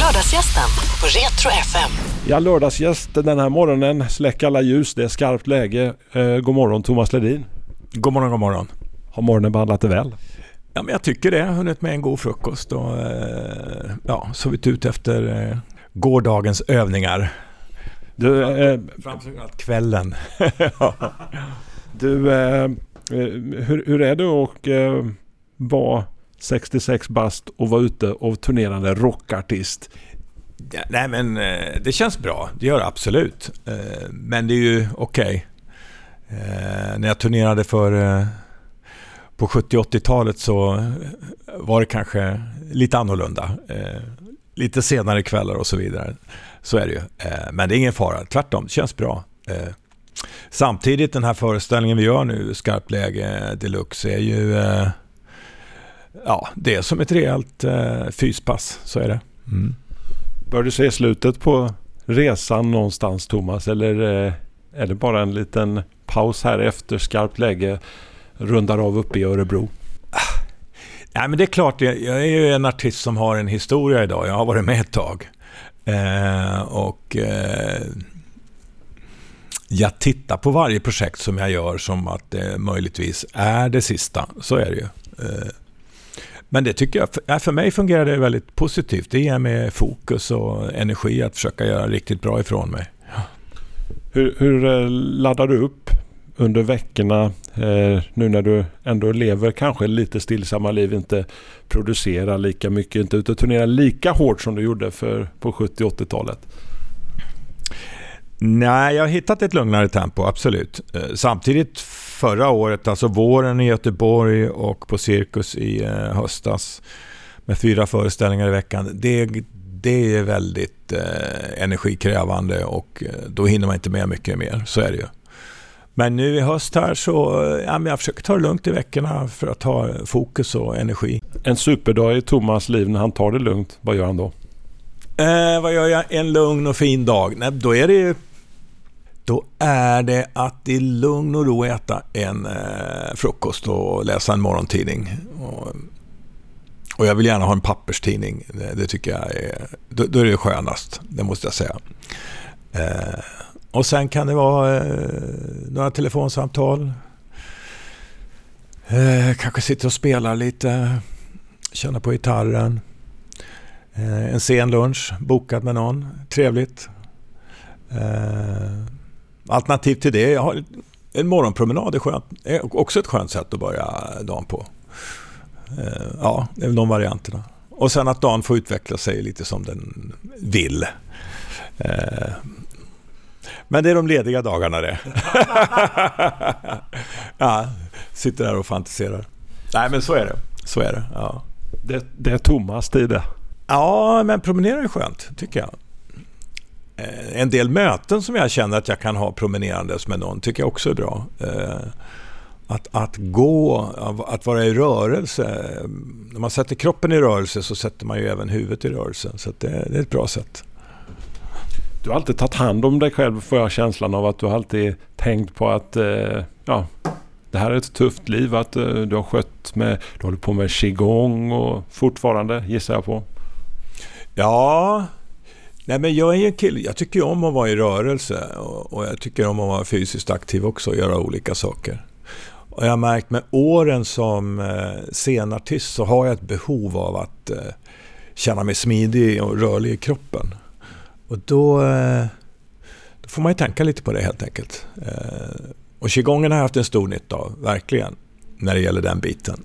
Lördagsgästen på Retro FM. Ja, lördagsgäst den här morgonen. Släck alla ljus, det är skarpt läge. God morgon Thomas Ledin. God morgon, god morgon. Har morgonen behandlat det väl? Ja, men jag tycker det. Jag har hunnit med en god frukost och sovit ut efter gårdagens övningar. Framförallt kvällen. Du, hur är det att vara 66 bast och vara ute och turnerande rockartist? Ja, nej, men det känns bra. Det gör det absolut. Men det är ju okej. När jag turnerade på 70-80-talet så var det kanske lite annorlunda. Lite senare kvällar och så vidare. Så är det ju. Men det är ingen fara. Tvärtom, det känns bra. Samtidigt den här föreställningen vi gör nu, Skarpt läge deluxe, är ju det är som ett rejält fyspass. Så är det. Mm. Bör du se slutet på resan någonstans, Thomas? Eller är det bara en liten paus här efter Skarpt läge rundar av uppe i Örebro? Nej, men det är klart, jag är ju en artist som har en historia idag. Jag har varit med ett tag. Jag tittar på varje projekt som jag gör som att det möjligtvis är det sista. Så är det ju. Men det tycker jag, för mig fungerar det väldigt positivt. Det ger mig fokus och energi att försöka göra riktigt bra ifrån mig. Hur laddar du upp under veckorna nu när du ändå lever kanske lite stillsamma liv, inte producerar lika mycket, inte ute och turnerar lika hårt som du gjorde på 70-80-talet? Nej, jag har hittat ett lugnare tempo, absolut. Samtidigt förra året, alltså våren i Göteborg och på Cirkus i höstas med 4 föreställningar i veckan, det är väldigt energikrävande och då hinner man inte med mycket mer, så är det ju. Men nu i höst här så jag försöker ta det lugnt i veckorna för att ha fokus och energi. En superdag i Thomas liv när han tar det lugnt, vad gör han då? Vad gör jag en lugn och fin dag? Nej, då är det att i lugn och ro äta en frukost och läsa en morgontidning. Och jag vill gärna ha en papperstidning. Det tycker jag då är det skönast, det måste jag säga. Och sen kan det vara några telefonsamtal. Kanske sitter och spelar lite. Känna på gitarren. En sen lunch. Bokad med någon. Trevligt. Alternativ till det. Jag har en morgonpromenad. Det är också ett skönt sätt att börja dagen på. Det är väl de varianterna. Och sen att dagen får utveckla sig lite som den vill. Men det är de lediga dagarna det. Sitter där och fantiserar. Nej, men så är det. Så är det, ja. Det är Thomas tid det. Ja, men promenera är skönt, tycker jag. En del möten som jag känner att jag kan ha promenerandes med någon tycker jag också är bra. Att gå, att vara i rörelse. När man sätter kroppen i rörelse så sätter man ju även huvudet i rörelse. Så att det är ett bra sätt. Du har alltid tagit hand om dig själv, får jag känslan av att du har alltid tänkt på att det här är ett tufft liv, att du har du håller på med qigong och fortfarande, gissar jag på. Ja, nej, men jag är en kille, jag tycker om att vara i rörelse och jag tycker om att vara fysiskt aktiv också och göra olika saker. Och jag har märkt med åren som scenartist så har jag ett behov av att känna mig smidig och rörlig i kroppen. Och då får man ju tänka lite på det helt enkelt. Och qigongen har haft en stor nytta av, verkligen, när det gäller den biten.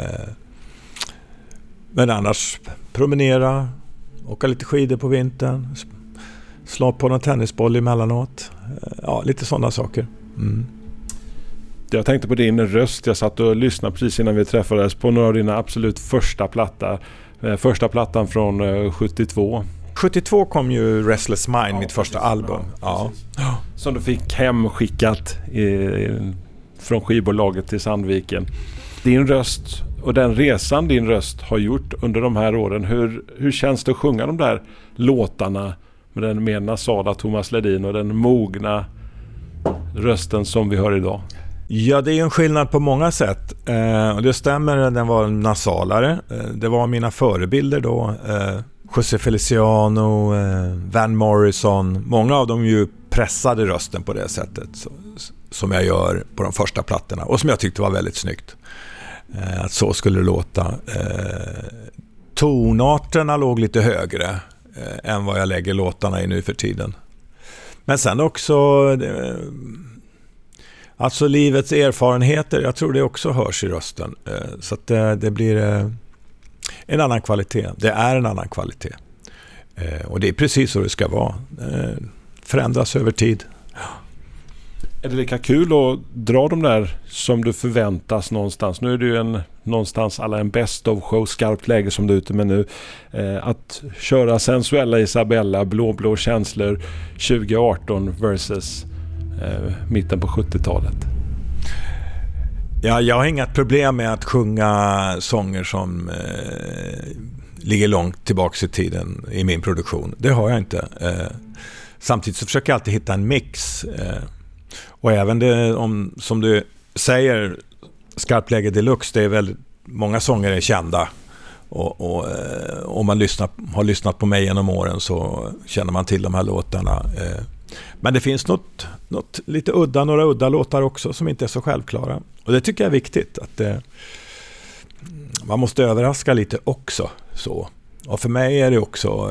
Men annars promenera, åka lite skidor på vintern, slå på någon tennisboll emellanåt. Lite sådana saker. Mm. Jag tänkte på din röst. Jag satt och lyssnade precis innan vi träffades på några av dina absolut första plattan från 72. 72 kom ju Restless Mind, mitt första album. Ja. Som du fick hemskickat från skivbolaget till Sandviken. Din röst och den resan din röst har gjort under de här åren, hur känns det att sjunga de där låtarna med den mer nasala Thomas Ledin och den mogna rösten som vi hör idag? Ja, det är en skillnad på många sätt. Och det stämmer, den var nasalare. Det var mina förebilder då. José Feliciano, Van Morrison. Många av dem ju pressade rösten på det sättet som jag gör på de första plattorna. Och som jag tyckte var väldigt snyggt. Att så skulle det låta. Tonarterna låg lite högre än vad jag lägger låtarna i nu för tiden. Men sen också alltså livets erfarenheter, jag tror det också hörs i rösten. Så att det blir en annan kvalitet. Det är en annan kvalitet. Och det är precis så det ska vara. Förändras över tid. Är det lika kul att dra de där som du förväntas någonstans? Nu är det ju någonstans alla en best of show, skarpt läge som du är ute med nu. Att köra sensuella Isabella, blå känslor 2018 versus mitten på 70-talet. Ja, jag har inget problem med att sjunga sånger som ligger långt tillbaka i tiden i min produktion. Det har jag inte. Samtidigt så försöker jag alltid hitta en mix. Och även det, som du säger, skarpläge deluxe, det är väldigt många sånger är kända. Och om man har lyssnat på mig genom åren så känner man till de här låtarna. Men det finns något lite udda, några udda låtar också som inte är så självklara. Och det tycker jag är viktigt, att man måste överraska lite också. Så. Och för mig är det också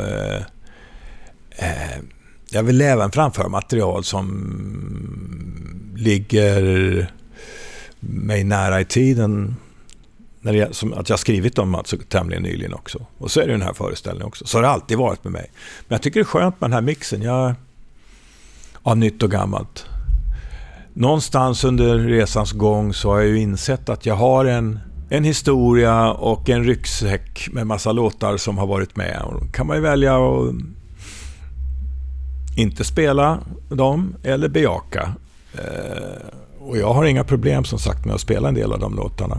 jag vill även framföra material som ligger mig nära i tiden, som att jag skrivit om alltså tämligen nyligen också. Och så är det den här föreställningen också. Så har det alltid varit med mig. Men jag tycker det är skönt med den här mixen. Av nytt och gammalt. Någonstans under resans gång så har jag ju insett att jag har en historia och en ryggsäck med massa låtar som har varit med. Och då kan man ju välja att inte spela dem eller bejaka. Och jag har inga problem som sagt med att spela en del av de låtarna.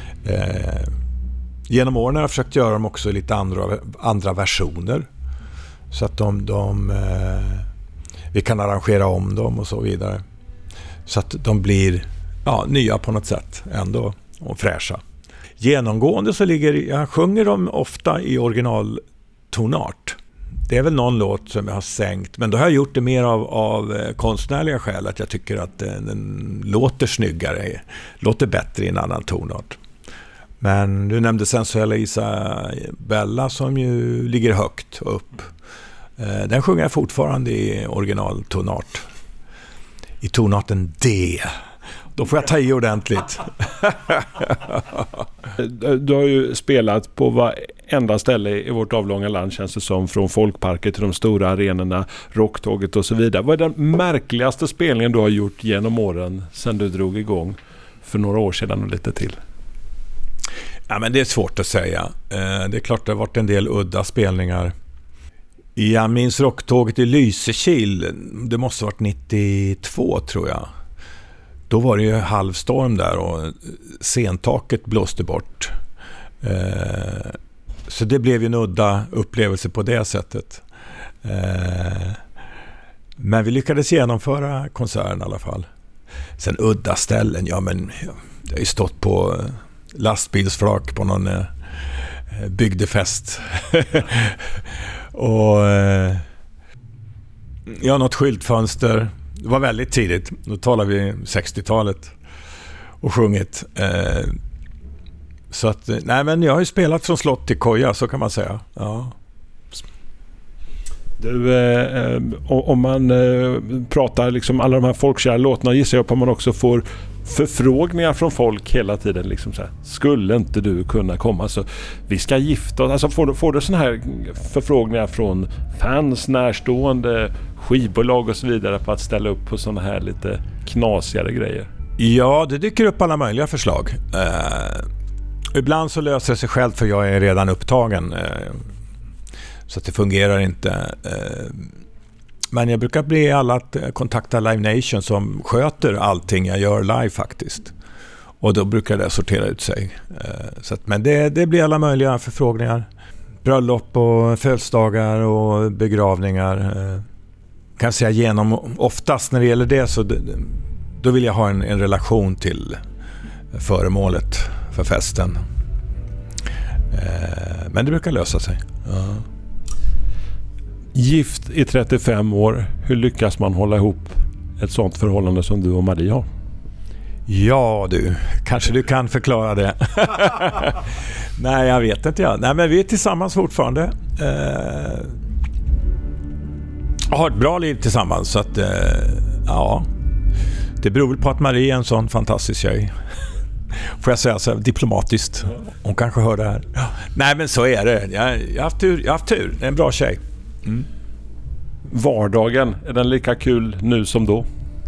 Genom åren har jag försökt göra dem också i lite andra versioner. Så att vi kan arrangera om dem och så vidare. Så att de blir nya på något sätt ändå och fräscha. Genomgående så jag sjunger dem ofta i originaltonart. Det är väl någon låt som jag har sänkt, men då har jag gjort det mer av konstnärliga skäl, att jag tycker att den låter snyggare, låter bättre i en annan tonart. Men du nämnde sensuella Isabella som ju ligger högt upp. Den sjunger jag fortfarande i originaltonart. I tonarten D. Då får jag ta i ordentligt. Du har ju spelat på varenda ställe i vårt avlånga land, känns det som, från folkparker till de stora arenorna, Rocktåget och så vidare. Vad är den märkligaste spelningen du har gjort genom åren sedan du drog igång för några år sedan och lite till? Ja, men det är svårt att säga. Det är klart det har varit en del udda spelningar. Jag minns Rocktåget i Lysekil. Det måste ha varit 92 tror jag. Då var det ju halvstorm där och scentaket blåste bort. Så det blev ju en udda upplevelse på det sättet. Men vi lyckades genomföra konserten i alla fall. Sen udda ställen, jag har ju stått på lastbilsflak på någon bygdefest. Och något skyltfönster. Det var väldigt tidigt. Då talar vi 60-talet och sjungit. Så att, men jag har ju spelat från slott till koja, så kan man säga. Ja. Du, om man pratar liksom alla de här folkkära låtarna, gissar jag på man också får förfrågningar från folk hela tiden liksom så här, skulle inte du kunna komma, så vi ska gifta oss, alltså får du såna här förfrågningar från fans, närstående, skivbolag och så vidare på att ställa upp på såna här lite knasigare grejer? Ja, det dyker upp alla möjliga förslag. Ibland så löser det sig själv för jag är redan upptagen, så att det fungerar inte. Men jag brukar bli alla att kontakta Live Nation som sköter allting jag gör live faktiskt. Och då brukar det sortera ut sig. Så att, men det blir alla möjliga förfrågningar. Bröllop och födelsedagar och begravningar. Kan jag säga oftast när det gäller det så då vill jag ha en relation till föremålet för festen. Men det brukar lösa sig. Ja. Gift i 35 år. Hur lyckas man hålla ihop ett sånt förhållande som du och Marie har? Ja du, kanske du kan förklara det. Nej, jag vet inte. Nej, men vi är tillsammans fortfarande. Har ett bra liv tillsammans. Så att, ja. Det beror väl på att Marie är en sån fantastisk tjej. Får jag säga så här, diplomatiskt. Hon kanske hör det här. Ja. Nej, men så är det. Jag har haft tur. Det är en bra tjej. Mm. Vardagen, är den lika kul nu som då?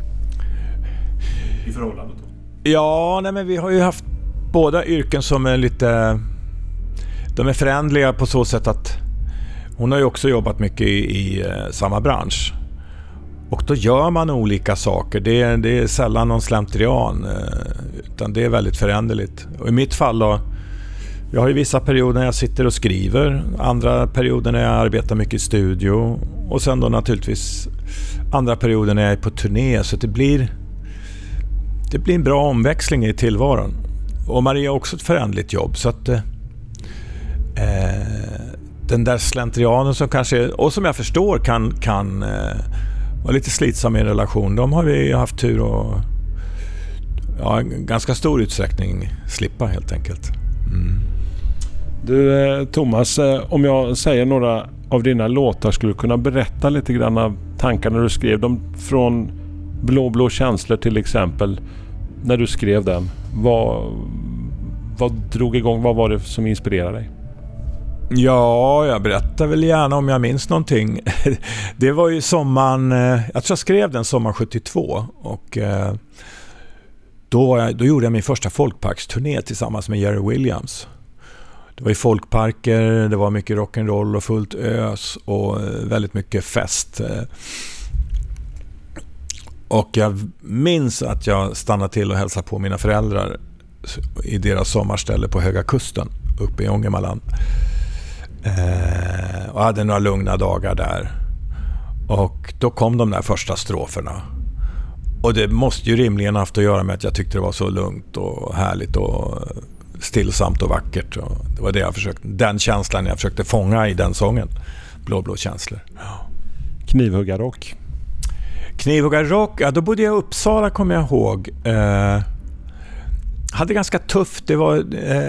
I förhållandet då? Ja, nej, men vi har ju haft båda yrken som är lite... De är förändliga på så sätt att hon har ju också jobbat mycket i samma bransch. Och då gör man olika saker. Det är sällan någon slentrian, utan det är väldigt föränderligt. Och i mitt fall då, jag har ju vissa perioder när jag sitter och skriver, andra perioder när jag arbetar mycket i studio och sen då naturligtvis andra perioder när jag är på turné. Så det blir en bra omväxling i tillvaron. Och Maria har också ett föränderligt jobb, så att den där slentrianen som kanske, och som jag förstår kan vara lite slitsam i en relation, de har vi haft tur och ganska stor utsträckning slippa helt enkelt. Mm. Du Thomas, om jag säger några av dina låtar, skulle du kunna berätta lite grann av tankarna du skrev dem, från Blå känslor till exempel, när du skrev den? Vad drog igång? Vad var det som inspirerade dig? Ja, jag berättar väl gärna om jag minns någonting. Det var ju sommaren, jag tror jag skrev den sommar 72 och då gjorde jag min första folkparksturné tillsammans med Jerry Williams. Det var i folkparker, det var mycket rock'n'roll och fullt ös och väldigt mycket fest. Och jag minns att jag stannade till och hälsade på mina föräldrar i deras sommarställe på Höga Kusten uppe i Ångermanland. Och hade några lugna dagar där. Och då kom de där första stroferna. Och det måste ju rimligen haft att göra med att jag tyckte det var så lugnt och härligt och stillsamt och vackert. Och det var den känslan jag försökte fånga i den sången. Blå känslor. Ja. Knivhuggarrock. Knivhuggarrock, ja, då bodde jag i Uppsala, kommer jag ihåg. Hade ganska tufft. Det var...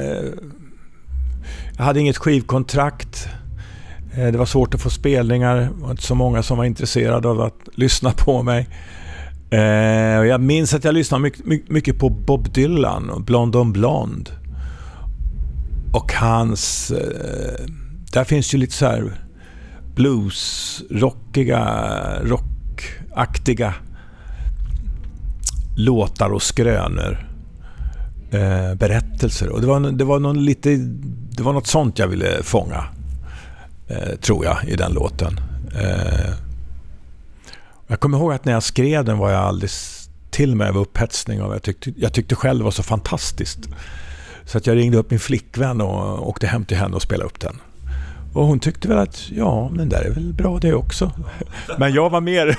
jag hade inget skivkontrakt. Det var svårt att få spelningar. Det var inte så många som var intresserade av att lyssna på mig. Jag minns att jag lyssnade mycket på Bob Dylan och Blonde on Blonde. Och hans... där finns ju lite så här rockaktiga låtar och skrönor. Berättelser. Och det var något sånt jag ville fånga, tror jag, i den låten. Jag kommer ihåg att när jag skrev den var jag alldeles till mig av upphetsning av. Jag tyckte själv det var så fantastiskt. Så att jag ringde upp min flickvän och åkte hem till henne och spelade upp den. Och hon tyckte väl att ja, men det är väl bra det också. Men jag var mer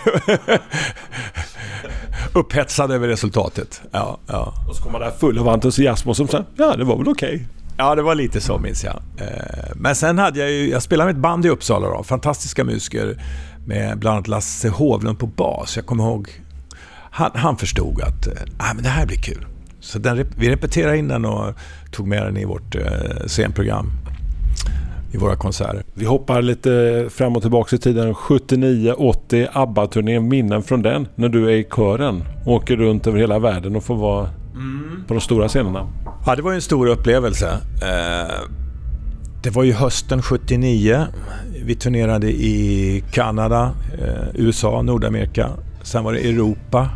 upphetsad över resultatet. Ja. Och så kom man där full av entusiasm och som sa, ja, det var väl okej. Ja, det var lite så, minns jag. Men sen hade jag spelade med ett band i Uppsala då, fantastiska musiker med bland annat Lasse Hovlund på bas. Jag kommer ihåg, han förstod att men det här blir kul. Så vi repeterade in den och tog med den i vårt scenprogram, i våra konserter. Vi hoppar lite fram och tillbaka i tiden. 79-80 ABBA-turnén, minnen från den, när du är i kören, åker runt över hela världen och får vara på de stora scenerna. Ja, det var ju en stor upplevelse. Det var ju hösten 79. Vi turnerade i Kanada, USA, Nordamerika. Sen var det Europa.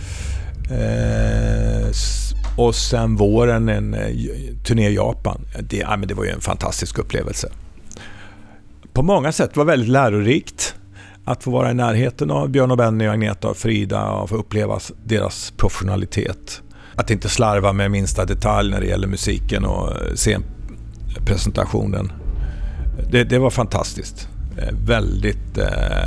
Och sen våren en turné i Japan. Det var ju en fantastisk upplevelse. På många sätt var väldigt lärorikt att få vara i närheten av Björn och Benny och Agneta och Frida och få uppleva deras professionalitet. Att inte slarva med minsta detalj när det gäller musiken och scenpresentationen. Det var fantastiskt. Väldigt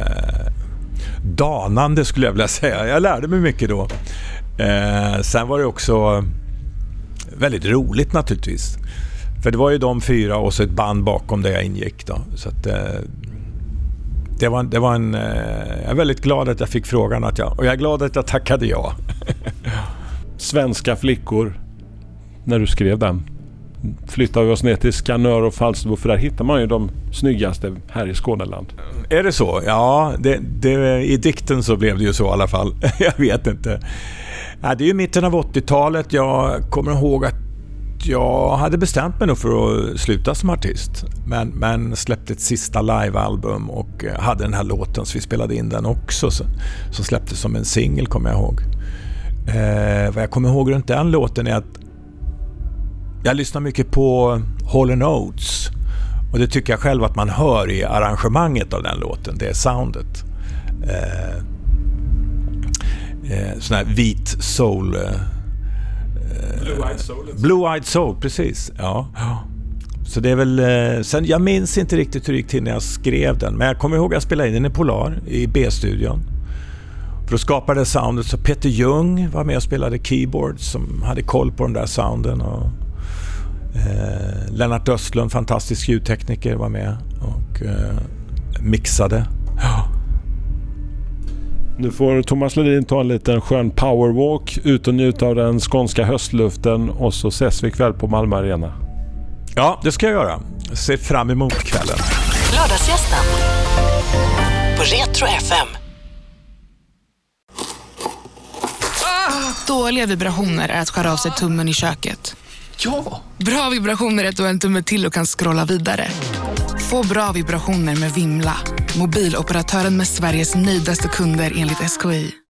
danande skulle jag vilja säga. Jag lärde mig mycket då. Sen var det också väldigt roligt naturligtvis. För det var ju de 4 och så ett band bakom där jag ingick då. Så att det var en... jag är väldigt glad att jag fick frågan och jag är glad att jag tackade ja. Svenska flickor, när du skrev den, flyttade vi oss ner till Skanör och Falsterbo, för där hittar man ju de snyggaste här i Skåneland. Är det så? Ja, i dikten så blev det ju så i alla fall. Jag vet inte. Ja, det är ju mitten av 80-talet. Jag kommer ihåg att jag hade bestämt mig för att sluta som artist. Men släppte ett sista livealbum och hade den här låten, så vi spelade in den också. Som släpptes som en singel, kommer jag ihåg. Vad jag kommer ihåg runt den låten är att jag lyssnar mycket på Hall & Oates. Och det tycker jag själv att man hör i arrangemanget av den låten. Det är soundet. Sån här vit soul. Blue-eyed soul. Blue-eyed soul, precis. Ja. Så det är väl... Sen, jag minns inte riktigt hur det gick till när jag skrev den. Men jag kommer ihåg att jag spelade in den i Polar, i B-studion. För att skapa det soundet, så Peter Jung var med och spelade keyboard, som hade koll på den där sounden. Och Lennart Östlund, fantastisk ljudtekniker, var med och mixade. Ja. Nu får Thomas Ledin ta en liten skön powerwalk, ut och njuta av den skånska höstluften, och så ses vi ikväll på Malmö Arena. Ja, det ska jag göra. Jag ser fram emot kvällen. Lördagsgästen på Retro FM. Dåliga vibrationer är att skära av sig tummen i köket. Ja! Bra vibrationer är att du har en tumme till och kan scrolla vidare. Få bra vibrationer med Vimla. Mobiloperatören med Sveriges nöjdaste kunder enligt SKI.